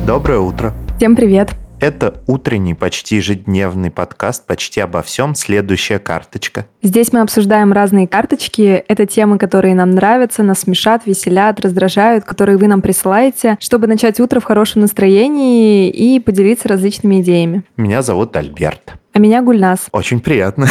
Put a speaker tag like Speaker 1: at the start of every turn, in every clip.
Speaker 1: Доброе утро.
Speaker 2: Всем привет.
Speaker 1: Это утренний, почти ежедневный подкаст «Почти обо всем. Следующая карточка».
Speaker 2: Здесь мы обсуждаем разные карточки. Это темы, которые нам нравятся, нас смешат, веселят, раздражают, которые вы нам присылаете, чтобы начать утро в хорошем настроении и поделиться различными идеями.
Speaker 1: Меня зовут Альберт.
Speaker 2: А меня Гульнас.
Speaker 1: Очень приятно.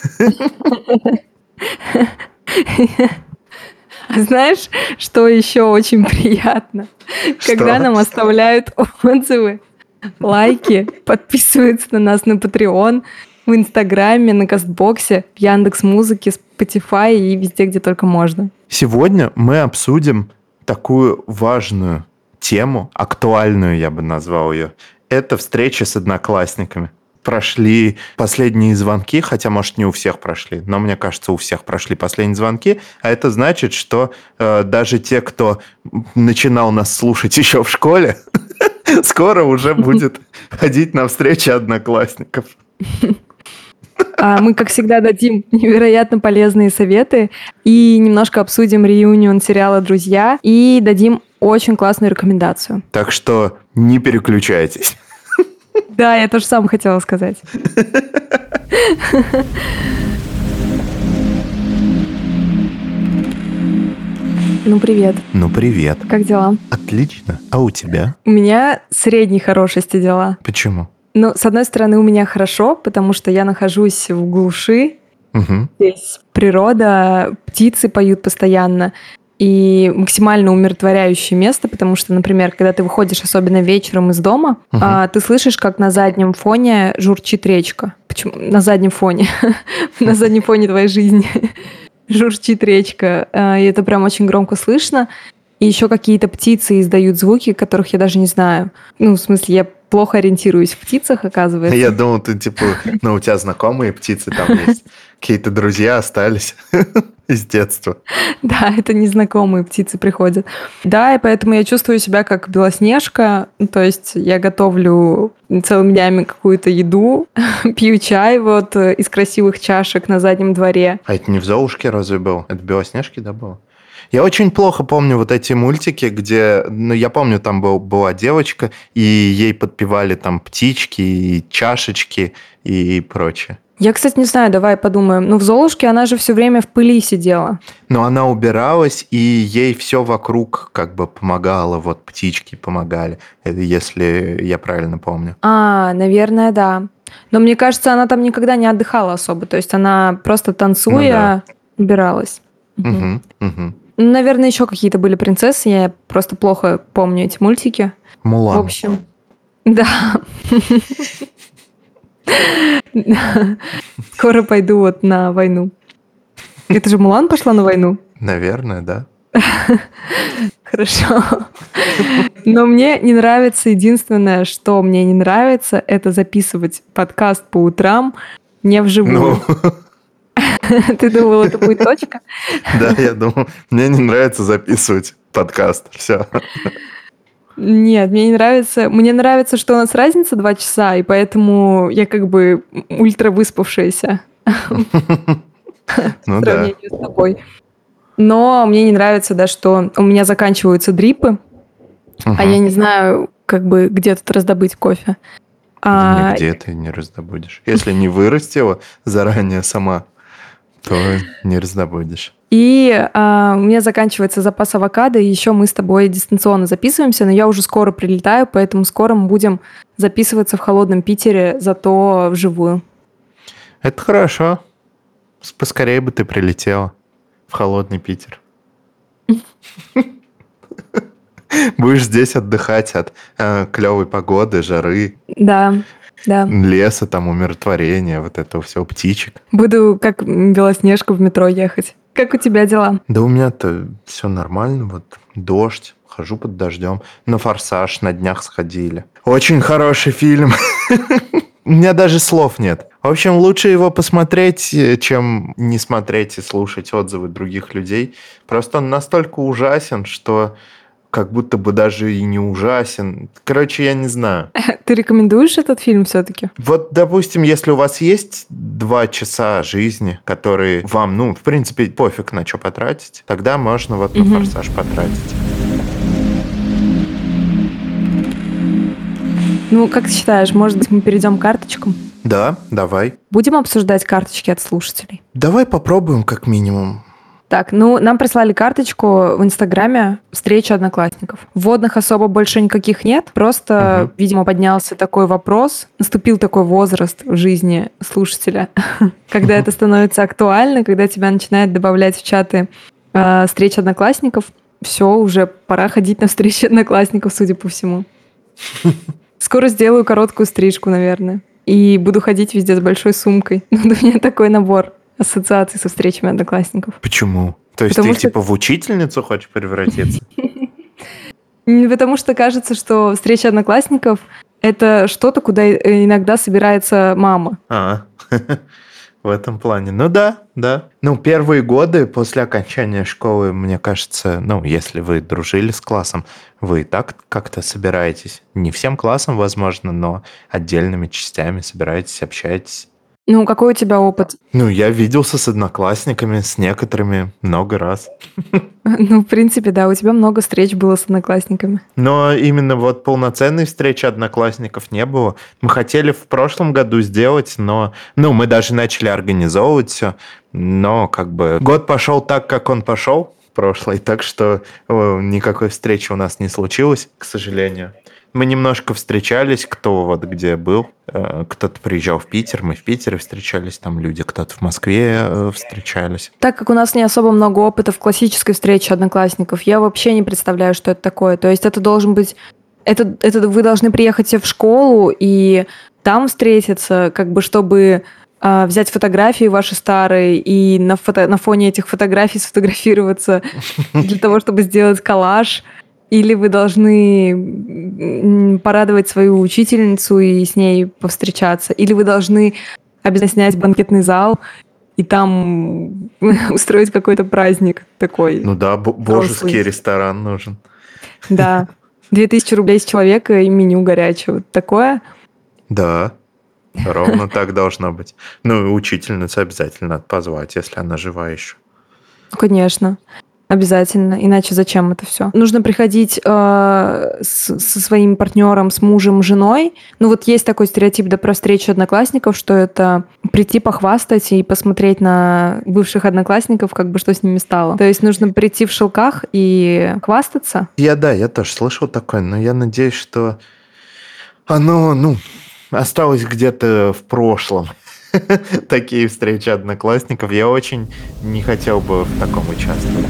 Speaker 2: Знаешь, что еще очень приятно? Когда нам оставляют отзывы, лайки, подписываются на нас на Patreon, в Инстаграме, на Кастбоксе, в Яндекс.Музыке, Spotify и везде, где только можно.
Speaker 1: Сегодня мы обсудим такую важную тему, актуальную, я бы назвал ее. Это встреча с одноклассниками. Прошли последние звонки, хотя, может, не у всех прошли, но мне кажется, у всех прошли последние звонки, а это значит, что даже те, кто начинал нас слушать еще в школе, скоро уже будет ходить на встречи одноклассников.
Speaker 2: А мы, как всегда, дадим невероятно полезные советы и немножко обсудим реюнион сериала «Друзья» и дадим очень классную рекомендацию.
Speaker 1: Так что не переключайтесь.
Speaker 2: Да, я тоже сам хотела сказать. Ну, привет.
Speaker 1: Ну, привет.
Speaker 2: Как дела?
Speaker 1: Отлично. А у тебя?
Speaker 2: У меня средней хорошести дела.
Speaker 1: Почему?
Speaker 2: Ну, с одной стороны, у меня хорошо, потому что я нахожусь в глуши.
Speaker 1: Угу.
Speaker 2: Здесь природа, птицы поют постоянно. И максимально умиротворяющее место, потому что, например, когда ты выходишь, особенно вечером из дома, ты слышишь, как на заднем фоне журчит речка. Почему? На заднем фоне. На заднем фоне твоей жизни журчит речка. И это прям очень громко слышно. И еще какие-то птицы издают звуки, которых я даже не знаю. Ну, в смысле, я плохо ориентируюсь в птицах, оказывается.
Speaker 1: Я думал, ты типа, у тебя знакомые птицы там есть. Какие-то друзья остались из детства.
Speaker 2: Да, это незнакомые птицы приходят. Да, и поэтому я чувствую себя как Белоснежка. То есть я готовлю целыми днями какую-то еду, пью чай вот из красивых чашек на заднем дворе.
Speaker 1: А это не в «Золушке» разве был? Это «Белоснежки», да, было? Я очень плохо помню вот эти мультики, где, ну, я помню, там была девочка, и ей подпевали там птички, и чашечки, и прочее.
Speaker 2: Я, кстати, не знаю, давай подумаем. Ну, в «Золушке» она же все время в пыли сидела.
Speaker 1: Но она убиралась, и ей все вокруг как бы помогало, вот птички помогали, если я правильно помню.
Speaker 2: Наверное, да. Но мне кажется, она там никогда не отдыхала особо. То есть она просто танцуя убиралась.
Speaker 1: Угу.
Speaker 2: Наверное, еще какие-то были принцессы. Я просто плохо помню эти мультики.
Speaker 1: Мулан.
Speaker 2: В общем, да. Скоро пойду вот на войну. Это же Мулан пошла на войну?
Speaker 1: Наверное, да.
Speaker 2: Хорошо. Но мне не нравится, единственное, что мне не нравится, это записывать подкаст по утрам не вживую. Ты думал, это будет точка?
Speaker 1: Да, я думал, мне не нравится записывать подкаст. Все.
Speaker 2: Нет, мне не нравится. Мне нравится, что у нас разница 2 часа, и поэтому я как бы ультра выспавшаяся.
Speaker 1: Ну
Speaker 2: в
Speaker 1: да.
Speaker 2: сравнении с тобой. Но мне не нравится, да, что у меня заканчиваются дрипы, а я не знаю, как бы, где тут раздобыть кофе.
Speaker 1: Нигде ты не раздобудешь. Если не вырастила заранее сама, то не раздобудешь.
Speaker 2: И у меня заканчивается запас авокадо, и еще мы с тобой дистанционно записываемся, но я уже скоро прилетаю, поэтому скоро мы будем записываться в холодном Питере, зато вживую.
Speaker 1: Это хорошо. Поскорее бы ты прилетела в холодный Питер. Будешь здесь отдыхать от клевой погоды, жары,
Speaker 2: Да.
Speaker 1: леса, там, умиротворения, вот этого всего, птичек.
Speaker 2: Буду как Белоснежка в метро ехать. Как у тебя дела?
Speaker 1: Да у меня-то все нормально, вот дождь, хожу под дождем. На «Форсаж» на днях сходили. Очень хороший фильм. У меня даже слов нет. В общем, лучше его посмотреть, чем не смотреть и слушать отзывы других людей. Просто он настолько ужасен, что как будто бы даже и не ужасен. Короче, я не знаю.
Speaker 2: Ты рекомендуешь этот фильм все-таки?
Speaker 1: Вот, допустим, если у вас есть 2 часа жизни, которые вам, ну, в принципе, пофиг на что потратить, тогда можно вот на «Форсаж» потратить.
Speaker 2: Ну, как ты считаешь, может быть, мы перейдем к карточкам?
Speaker 1: Да, давай.
Speaker 2: Будем обсуждать карточки от слушателей?
Speaker 1: Давай попробуем как минимум.
Speaker 2: Так, ну, нам прислали карточку в Инстаграме «Встреча одноклассников». Вводных особо больше никаких нет, просто, видимо, поднялся такой вопрос, наступил такой возраст в жизни слушателя, когда это становится актуально, когда тебя начинают добавлять в чаты встреч одноклассников, все, уже пора ходить на встречи одноклассников, судя по всему. Скоро сделаю короткую стрижку, наверное, и буду ходить везде с большой сумкой. У меня такой набор ассоциаций со встречами одноклассников.
Speaker 1: Почему? То есть
Speaker 2: Потому
Speaker 1: ты
Speaker 2: что-
Speaker 1: типа в учительницу хочешь превратиться?
Speaker 2: Потому что кажется, что встреча одноклассников — это что-то, куда иногда собирается мама.
Speaker 1: В этом плане. Ну да. Ну, первые годы после окончания школы, мне кажется, ну, если вы дружили с классом, вы и так как-то собираетесь. Не всем классом, возможно, но отдельными частями собираетесь, общаетесь.
Speaker 2: Ну, какой у тебя опыт?
Speaker 1: Ну, я виделся с одноклассниками, с некоторыми много раз.
Speaker 2: Ну, в принципе, да, у тебя много встреч было с одноклассниками.
Speaker 1: Но именно вот полноценной встречи одноклассников не было. Мы хотели в прошлом году сделать, но... Ну, мы даже начали организовывать все, но как бы год пошел так, как он пошел, прошлый, так что никакой встречи у нас не случилось, к сожалению. Мы немножко встречались, кто вот где был. Кто-то приезжал в Питер, мы в Питере встречались, там люди, кто-то в Москве встречались.
Speaker 2: Так как у нас не особо много опыта в классической встрече одноклассников, я вообще не представляю, что это такое. То есть это должен быть... Это вы должны приехать все в школу и там встретиться, как бы чтобы взять фотографии ваши старые и на фоне этих фотографий сфотографироваться для того, чтобы сделать коллаж. Или вы должны порадовать свою учительницу и с ней повстречаться. Или вы должны обязательно снять банкетный зал и там устроить какой-то праздник такой.
Speaker 1: Ну да, божеский ресторан нужен.
Speaker 2: Да. 2000 рублей с человека и меню горячее. Вот такое.
Speaker 1: Да, ровно так должно быть. Ну и учительницу обязательно надо позвать, если она жива еще.
Speaker 2: Конечно. Обязательно, иначе зачем это все? Нужно приходить со своим партнером, с мужем, женой. Ну вот есть такой стереотип, да, про встречу одноклассников, что это прийти похвастать и посмотреть на бывших одноклассников, как бы что с ними стало. То есть нужно прийти в шелках и хвастаться.
Speaker 1: Я тоже слышал такое, но я надеюсь, что оно, осталось где-то в прошлом. Такие встречи одноклассников. Я очень не хотел бы в таком участвовать.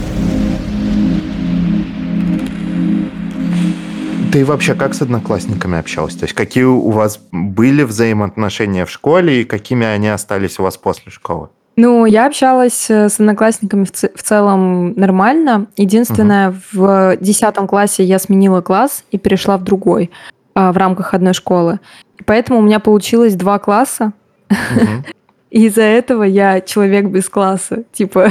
Speaker 1: Ты вообще как с одноклассниками общался? То есть какие у вас были взаимоотношения в школе и какими они остались у вас после школы?
Speaker 2: Ну, я общалась с одноклассниками в целом нормально. Единственное, в 10 классе я сменила класс и перешла в другой в рамках одной школы. И поэтому у меня получилось 2 класса. И из-за этого я человек без класса. Типа,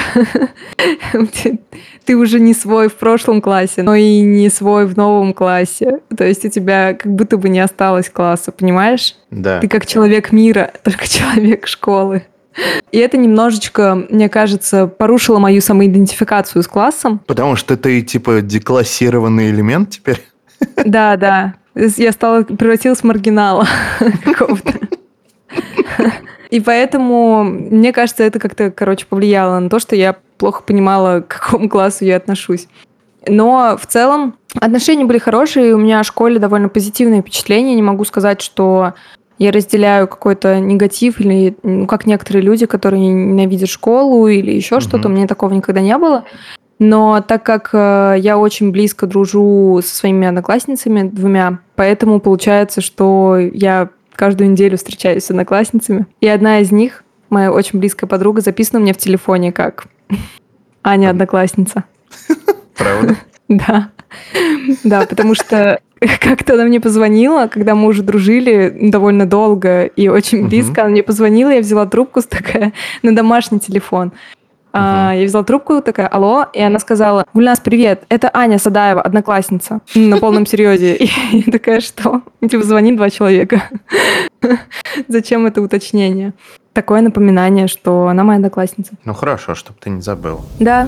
Speaker 2: ты уже не свой в прошлом классе, но и не свой в новом классе. То есть у тебя как будто бы не осталось класса, понимаешь?
Speaker 1: Да.
Speaker 2: Ты как человек мира, только человек школы. И это немножечко, мне кажется, порушило мою самоидентификацию с классом.
Speaker 1: Потому что ты, типа, деклассированный элемент теперь?
Speaker 2: Да. Я превратилась в маргинала какого-то. И поэтому, мне кажется, это как-то, повлияло на то, что я плохо понимала, к какому классу я отношусь. Но в целом отношения были хорошие, и у меня о школе довольно позитивные впечатления. Не могу сказать, что я разделяю какой-то негатив или, как некоторые люди, которые ненавидят школу или еще что-то. У меня такого никогда не было. Но так как я очень близко дружу со своими одноклассницами 2, поэтому получается, что я каждую неделю встречаюсь с одноклассницами. И одна из них, моя очень близкая подруга, записана у меня в телефоне как Аня одноклассница.
Speaker 1: Правда?
Speaker 2: Да. Да, потому что как-то она мне позвонила, когда мы уже дружили довольно долго и очень близко. Она мне позвонила, я взяла трубку такая на домашний телефон. Я взяла трубку, такая: алло, и она сказала: Гульнас, привет, это Аня Садаева, одноклассница. На полном серьезе. И я такая: что? Типа звонит 2 человека. Зачем это уточнение? Такое напоминание, что она моя одноклассница.
Speaker 1: Ну хорошо, чтобы ты не забыл.
Speaker 2: Да.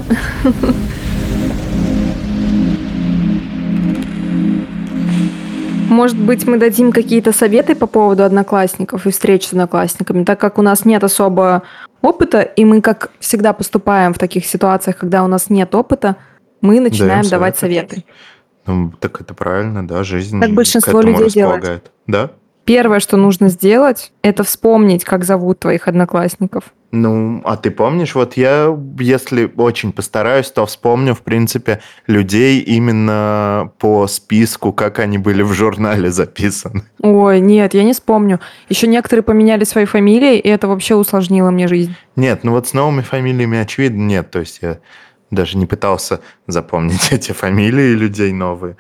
Speaker 2: Может быть, мы дадим какие-то советы по поводу одноклассников и встреч с одноклассниками, так как у нас нет особо опыта, и мы, как всегда, поступаем в таких ситуациях, когда у нас нет опыта, мы начинаем давать советы.
Speaker 1: Ну, так это правильно, да, жизнь
Speaker 2: Как
Speaker 1: к
Speaker 2: большинство
Speaker 1: этому
Speaker 2: людей делает.
Speaker 1: располагает. Да?
Speaker 2: Первое, что нужно сделать, это вспомнить, как зовут твоих одноклассников.
Speaker 1: Ну, а ты помнишь, вот я, если очень постараюсь, то вспомню, в принципе, людей именно по списку, как они были в журнале записаны.
Speaker 2: Ой, нет, я не вспомню. Еще некоторые поменяли свои фамилии, и это вообще усложнило мне жизнь.
Speaker 1: Нет, ну вот с новыми фамилиями, очевидно, нет. То есть я даже не пытался запомнить эти фамилии людей новые.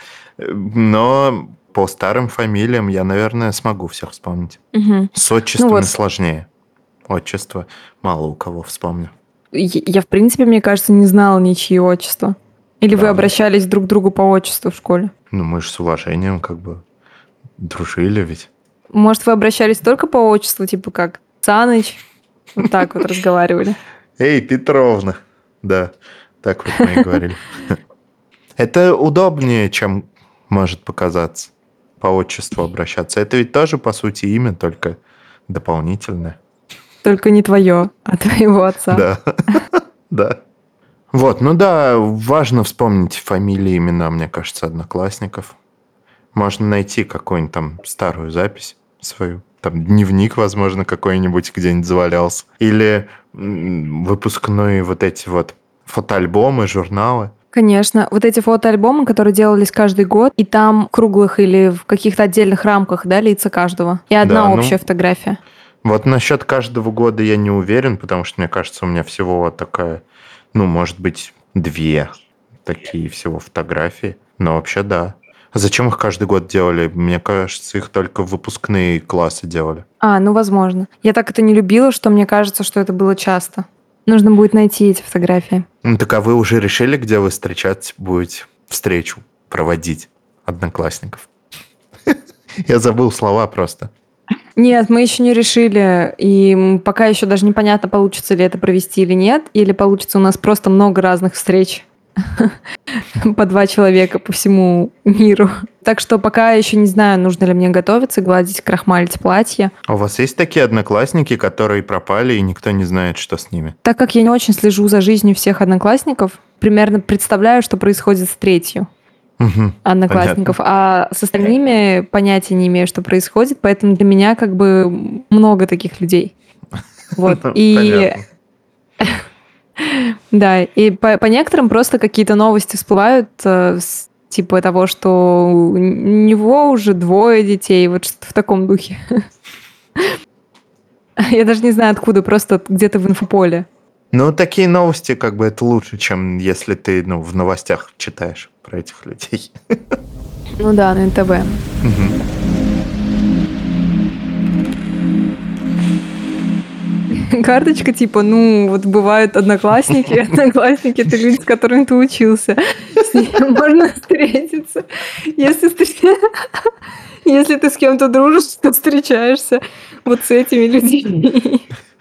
Speaker 1: Но по старым фамилиям я, наверное, смогу всех вспомнить.
Speaker 2: Угу.
Speaker 1: С отчествами
Speaker 2: Ну вот.
Speaker 1: сложнее. Отчество мало у кого вспомню.
Speaker 2: Я, в принципе, мне кажется, не знала ничьи отчества. Или вы
Speaker 1: Правда.
Speaker 2: обращались друг к другу по отчеству в школе?
Speaker 1: Ну, мы же с уважением как бы дружили ведь.
Speaker 2: Может, вы обращались только по отчеству, типа как Саныч? Вот так вот разговаривали.
Speaker 1: Эй, Петровна. Да, так вот мы и говорили. Это удобнее, чем может показаться по отчеству обращаться. Это ведь тоже, по сути, имя, только дополнительное.
Speaker 2: Только не твое, а твоего отца.
Speaker 1: Да, да. Вот, ну да, важно вспомнить фамилии, имена, мне кажется, одноклассников. Можно найти какую-нибудь там старую запись свою. Там дневник, возможно, какой-нибудь где-нибудь завалялся. Или выпускные вот эти вот фотоальбомы, журналы.
Speaker 2: Конечно. Вот эти фотоальбомы, которые делались каждый год, и там в круглых или в каких-то отдельных рамках, да, лица каждого. И одна
Speaker 1: Да,
Speaker 2: общая фотография.
Speaker 1: Вот насчет каждого года я не уверен, потому что, мне кажется, у меня всего вот такая, ну, может быть, 2 такие всего фотографии. Но вообще да. А зачем их каждый год делали? Мне кажется, их только в выпускные классы делали.
Speaker 2: Ну, возможно. Я так это не любила, что мне кажется, что это было часто. Нужно будет найти эти фотографии.
Speaker 1: Ну, так а вы уже решили, где вы встречаться будете? Встречу проводить одноклассников? Я забыл слова просто.
Speaker 2: Нет, мы еще не решили, и пока еще даже непонятно, получится ли это провести или нет, или получится у нас просто много разных встреч по 2 человека по всему миру. Так что пока еще не знаю, нужно ли мне готовиться, гладить, крахмалить платье.
Speaker 1: А у вас есть такие одноклассники, которые пропали, и никто не знает, что с ними?
Speaker 2: Так как я не очень слежу за жизнью всех одноклассников, примерно представляю, что происходит с третью одноклассников, а с остальными понятия не имею, что происходит, поэтому для меня как бы много таких людей. Вот. И да, и по некоторым просто какие-то новости всплывают, типа того, что у него уже 2 детей, вот что-то в таком духе. Я даже не знаю откуда, просто где-то в инфополе.
Speaker 1: Ну, такие новости, как бы, это лучше, чем если ты, в новостях читаешь про этих людей.
Speaker 2: Ну да, на НТВ. Карточка типа, вот бывают одноклассники. Одноклассники — это люди, с которыми ты учился. С ними можно встретиться. Если ты с кем-то дружишь, то встречаешься вот с этими людьми.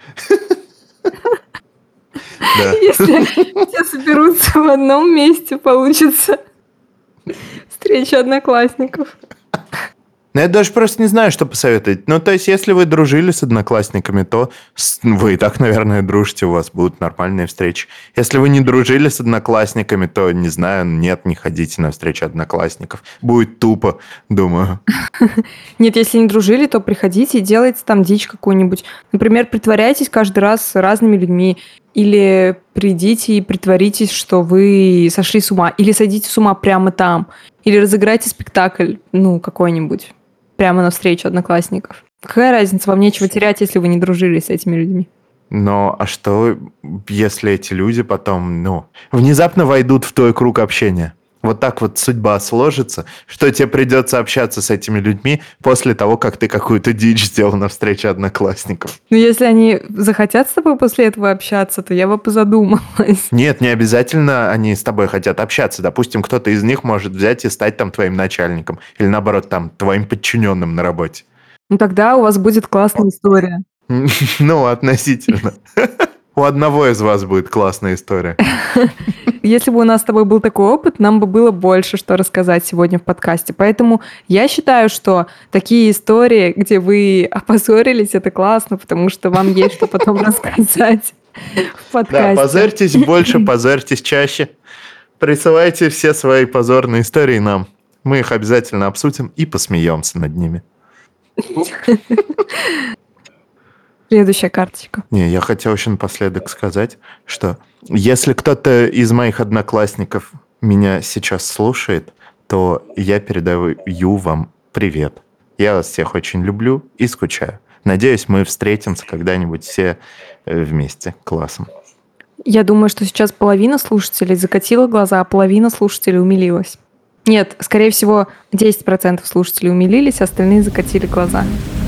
Speaker 2: Если все соберутся в одном месте, получится встреча одноклассников.
Speaker 1: Ну, я даже просто не знаю, что посоветовать. Ну, то есть, если вы дружили с одноклассниками, то вы и так, наверное, дружите, у вас будут нормальные встречи. Если вы не дружили с одноклассниками, то, не знаю, нет, не ходите на встречи одноклассников. Будет тупо, думаю.
Speaker 2: Нет, если не дружили, то приходите и делайте там дичь какую-нибудь. Например, притворяйтесь каждый раз с разными людьми. Или придите и притворитесь, что вы сошли с ума. Или сойдите с ума прямо там. Или разыграйте спектакль, какой-нибудь. Прямо на встречу одноклассников. Какая разница? Вам нечего терять, если вы не дружили с этими людьми.
Speaker 1: Но, а что, если эти люди потом, внезапно войдут в твой круг общения? Вот так вот судьба сложится, что тебе придется общаться с этими людьми после того, как ты какую-то дичь сделал на встрече одноклассников.
Speaker 2: Если они захотят с тобой после этого общаться, то я бы позадумалась.
Speaker 1: Нет, не обязательно они с тобой хотят общаться. Допустим, кто-то из них может взять и стать там твоим начальником. Или наоборот, там, твоим подчиненным на работе.
Speaker 2: Тогда у вас будет классная история.
Speaker 1: Относительно. У одного из вас будет классная история.
Speaker 2: если бы у нас с тобой был такой опыт, нам бы было больше, что рассказать сегодня в подкасте. Поэтому я считаю, что такие истории, где вы опозорились, это классно, потому что вам есть что потом рассказать в подкасте.
Speaker 1: Да, позорьтесь больше, позорьтесь чаще. Присылайте все свои позорные истории нам. Мы их обязательно обсудим и посмеемся над ними.
Speaker 2: Следующая карточка.
Speaker 1: Не, я хотел еще напоследок сказать, что если кто-то из моих одноклассников меня сейчас слушает, то я передаю вам привет. Я вас всех очень люблю и скучаю. Надеюсь, мы встретимся когда-нибудь все вместе классом.
Speaker 2: Я думаю, что сейчас половина слушателей закатила глаза, а половина слушателей умилилась. Нет, скорее всего, 10% слушателей умилились, а остальные закатили глаза.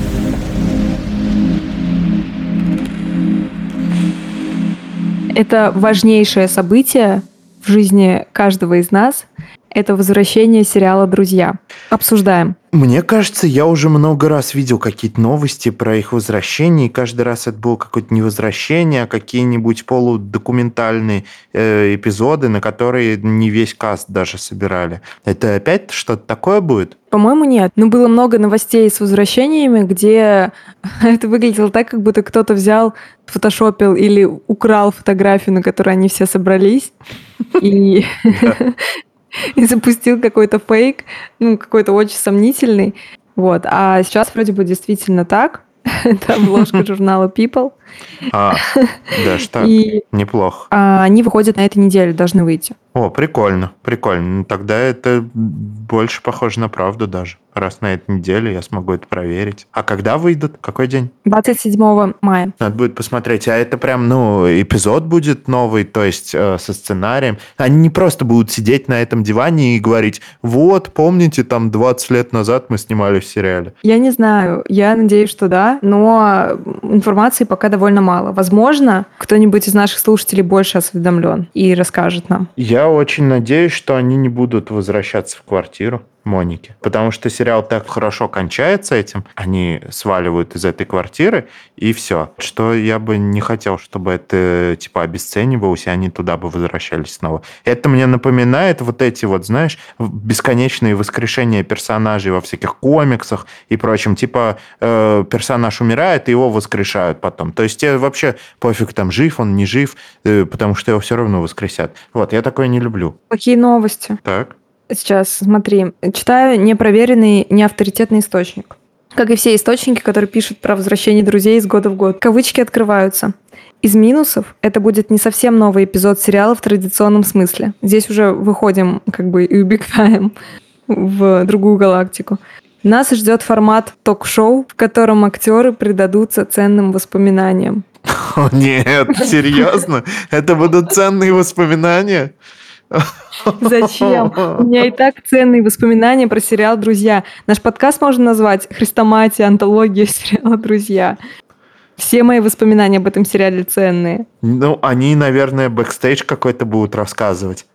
Speaker 2: Это важнейшее событие в жизни каждого из нас. Это возвращение сериала «Друзья». Обсуждаем.
Speaker 1: Мне кажется, я уже много раз видел какие-то новости про их возвращение, и каждый раз это было какое-то не возвращение, а какие-нибудь полудокументальные эпизоды, на которые не весь каст даже собирали. Это опять что-то такое будет?
Speaker 2: По-моему, нет. Но было много новостей с возвращениями, где это выглядело так, как будто кто-то взял, фотошопил или украл фотографию, на которой они все собрались, и запустил какой-то фейк, какой-то очень сомнительный. Вот. А сейчас вроде бы действительно так. Это обложка журнала People.
Speaker 1: Даже так. Неплохо.
Speaker 2: Они выходят на этой неделе, должны выйти.
Speaker 1: О, прикольно, прикольно. Ну, тогда это больше похоже на правду даже. Раз на этой неделе я смогу это проверить. А когда выйдут? Какой день?
Speaker 2: 27 мая.
Speaker 1: Надо будет посмотреть. А это прям, эпизод будет новый, то есть со сценарием. Они не просто будут сидеть на этом диване и говорить, вот, помните, там 20 лет назад мы снимали в сериале.
Speaker 2: Я не знаю. Я надеюсь, что да, но информации пока довольно мало. Возможно, кто-нибудь из наших слушателей больше осведомлен и расскажет нам.
Speaker 1: Я очень надеюсь, что они не будут возвращаться в квартиру Моники, потому что сериал так хорошо кончается этим, они сваливают из этой квартиры, и все. Что я бы не хотел, чтобы это обесценивалось, и они туда бы возвращались снова. Это мне напоминает вот эти знаешь, бесконечные воскрешения персонажей во всяких комиксах и прочем. Персонаж умирает, и его воскрешают потом. То есть тебе вообще пофиг, там жив он, не жив, потому что его все равно воскресят. Вот, я такое не люблю.
Speaker 2: Какие новости?
Speaker 1: Так.
Speaker 2: Сейчас, смотри, читаю непроверенный, неавторитетный источник. Как и все источники, которые пишут про возвращение друзей из года в год. Кавычки открываются. Из минусов это будет не совсем новый эпизод сериала в традиционном смысле. Здесь уже выходим и убегаем в другую галактику. Нас ждет формат ток-шоу, в котором актеры предадутся ценным воспоминаниям.
Speaker 1: О, нет, серьезно? Это будут ценные воспоминания?
Speaker 2: Зачем? У меня и так ценные воспоминания про сериал «Друзья». Наш подкаст можно назвать «Хрестоматия, антология сериала «Друзья». Все мои воспоминания об этом сериале ценные.
Speaker 1: Они, наверное, бэкстейдж какой-то будут рассказывать.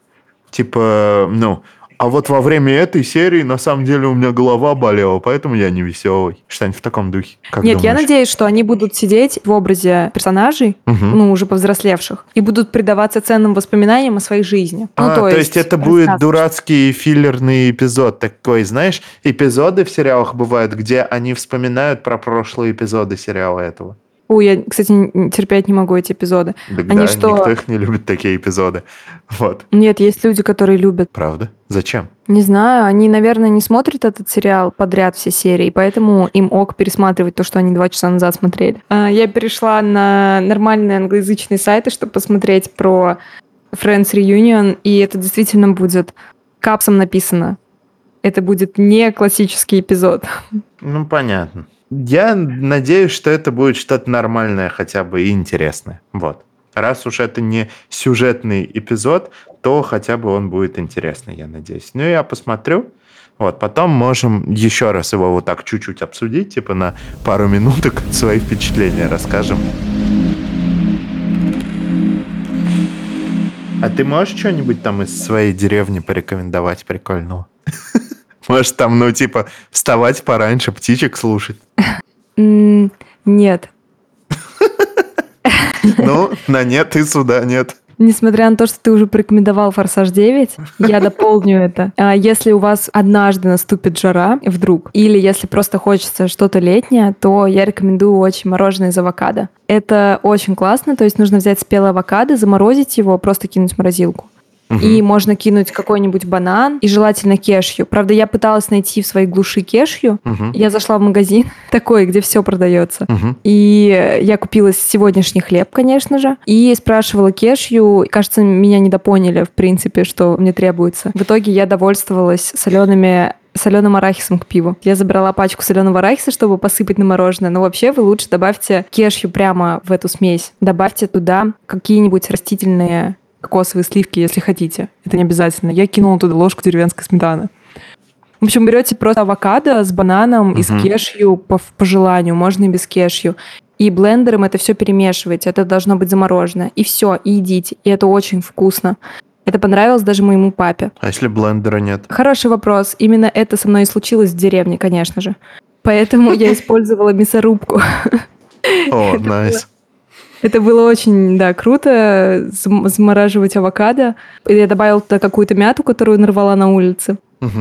Speaker 1: А вот во время этой серии на самом деле у меня голова болела, поэтому я не веселый. Что-нибудь в таком духе. Как
Speaker 2: Нет,
Speaker 1: думаешь?
Speaker 2: я надеюсь, что они будут сидеть в образе персонажей, уже повзрослевших, и будут предаваться ценным воспоминаниям о своей жизни.
Speaker 1: То есть это будет дурацкий филлерный эпизод такой, знаешь, эпизоды в сериалах бывают, где они вспоминают про прошлые эпизоды сериала этого.
Speaker 2: Я, кстати, терпеть не могу эти эпизоды.
Speaker 1: Никто их не любит, такие эпизоды. Вот.
Speaker 2: Нет, есть люди, которые любят.
Speaker 1: Правда? Зачем?
Speaker 2: Не знаю, они, наверное, не смотрят этот сериал подряд все серии, поэтому им ок пересматривать то, что они 2 часа назад смотрели. Я перешла на нормальные англоязычные сайты, чтобы посмотреть про Friends Reunion, и это действительно будет капсом написано. Это будет не классический эпизод.
Speaker 1: Понятно. Я надеюсь, что это будет что-то нормальное хотя бы и интересное. Вот. Раз уж это не сюжетный эпизод, то хотя бы он будет интересный, я надеюсь. Я посмотрю. Вот, потом можем еще раз его вот так чуть-чуть обсудить, на пару минуток свои впечатления расскажем. А ты можешь что-нибудь там из своей деревни порекомендовать прикольного? Может, там, вставать пораньше, птичек слушать?
Speaker 2: Нет.
Speaker 1: На нет и суда нет.
Speaker 2: Несмотря на то, что ты уже порекомендовал «Форсаж 9», я дополню это. Если у вас однажды наступит жара вдруг, или если просто хочется что-то летнее, то я рекомендую очень мороженое из авокадо. Это очень классно, то есть нужно взять спелый авокадо, заморозить его, просто кинуть в морозилку. И можно кинуть какой-нибудь банан, и желательно кешью. Правда, я пыталась найти в своей глуши кешью. Я зашла в магазин такой, где все продается. И я купила сегодняшний хлеб, конечно же, и спрашивала кешью. Кажется, меня недопоняли, в принципе, что мне требуется. В итоге я довольствовалась соленым арахисом к пиву. Я забрала пачку соленого арахиса, чтобы посыпать на мороженое. Но вообще вы лучше добавьте кешью прямо в эту смесь. Добавьте туда какие-нибудь растительные кокосовые сливки, если хотите. Это не обязательно. Я кинула туда ложку деревенской сметаны. В общем, берете просто авокадо с бананом и с кешью по желанию. Можно и без кешью. И блендером это все перемешиваете. Это должно быть замороженное. И все, и едите. И это очень вкусно. Это понравилось даже моему папе.
Speaker 1: А если блендера нет?
Speaker 2: Хороший вопрос. Именно это со мной и случилось в деревне, конечно же. Поэтому я использовала мясорубку.
Speaker 1: О, найс.
Speaker 2: Это было очень, да, круто, замораживать авокадо. Я добавила туда какую-то мяту, которую нарвала на улице.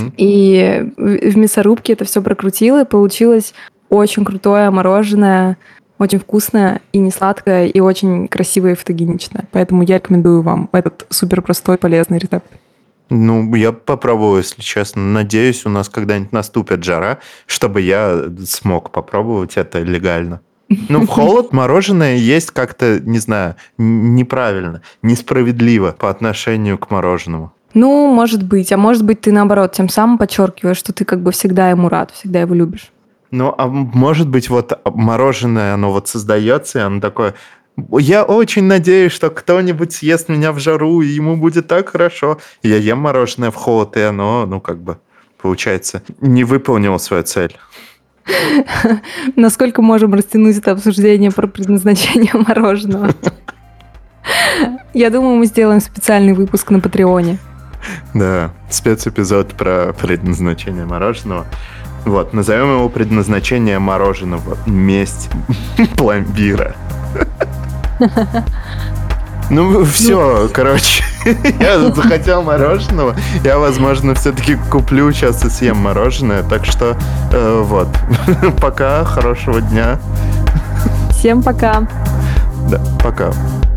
Speaker 2: И в мясорубке это все прокрутила, и получилось очень крутое мороженое, очень вкусное и не сладкое, и очень красивое и фотогеничное. Поэтому я рекомендую вам этот супер простой, полезный рецепт.
Speaker 1: Ну, я попробую, если честно. Надеюсь, у нас когда-нибудь наступит жара, чтобы я смог попробовать это легально. Ну, в холод мороженое есть как-то, не знаю, неправильно, несправедливо по отношению к мороженому.
Speaker 2: Ну, может быть. А может быть, ты, наоборот, тем самым подчеркиваешь, что ты как бы всегда ему рад, всегда его любишь.
Speaker 1: Ну, а может быть, вот мороженое, оно вот создается, и оно такое... Я очень надеюсь, что кто-нибудь съест меня в жару, и ему будет так хорошо. Я ем мороженое в холод, и оно, ну, как бы, получается, не выполнило свою цель.
Speaker 2: Насколько можем растянуть это обсуждение про предназначение мороженого? Я думаю, мы сделаем специальный выпуск на Патреоне.
Speaker 1: Да, спецэпизод про предназначение мороженого. Вот, назовем его предназначение мороженого. Месть пломбира. Ну, все, короче, я захотел мороженого. Я, возможно, все-таки куплю сейчас и съем мороженое. Так что, вот, пока, хорошего дня.
Speaker 2: Всем пока.
Speaker 1: Да, пока.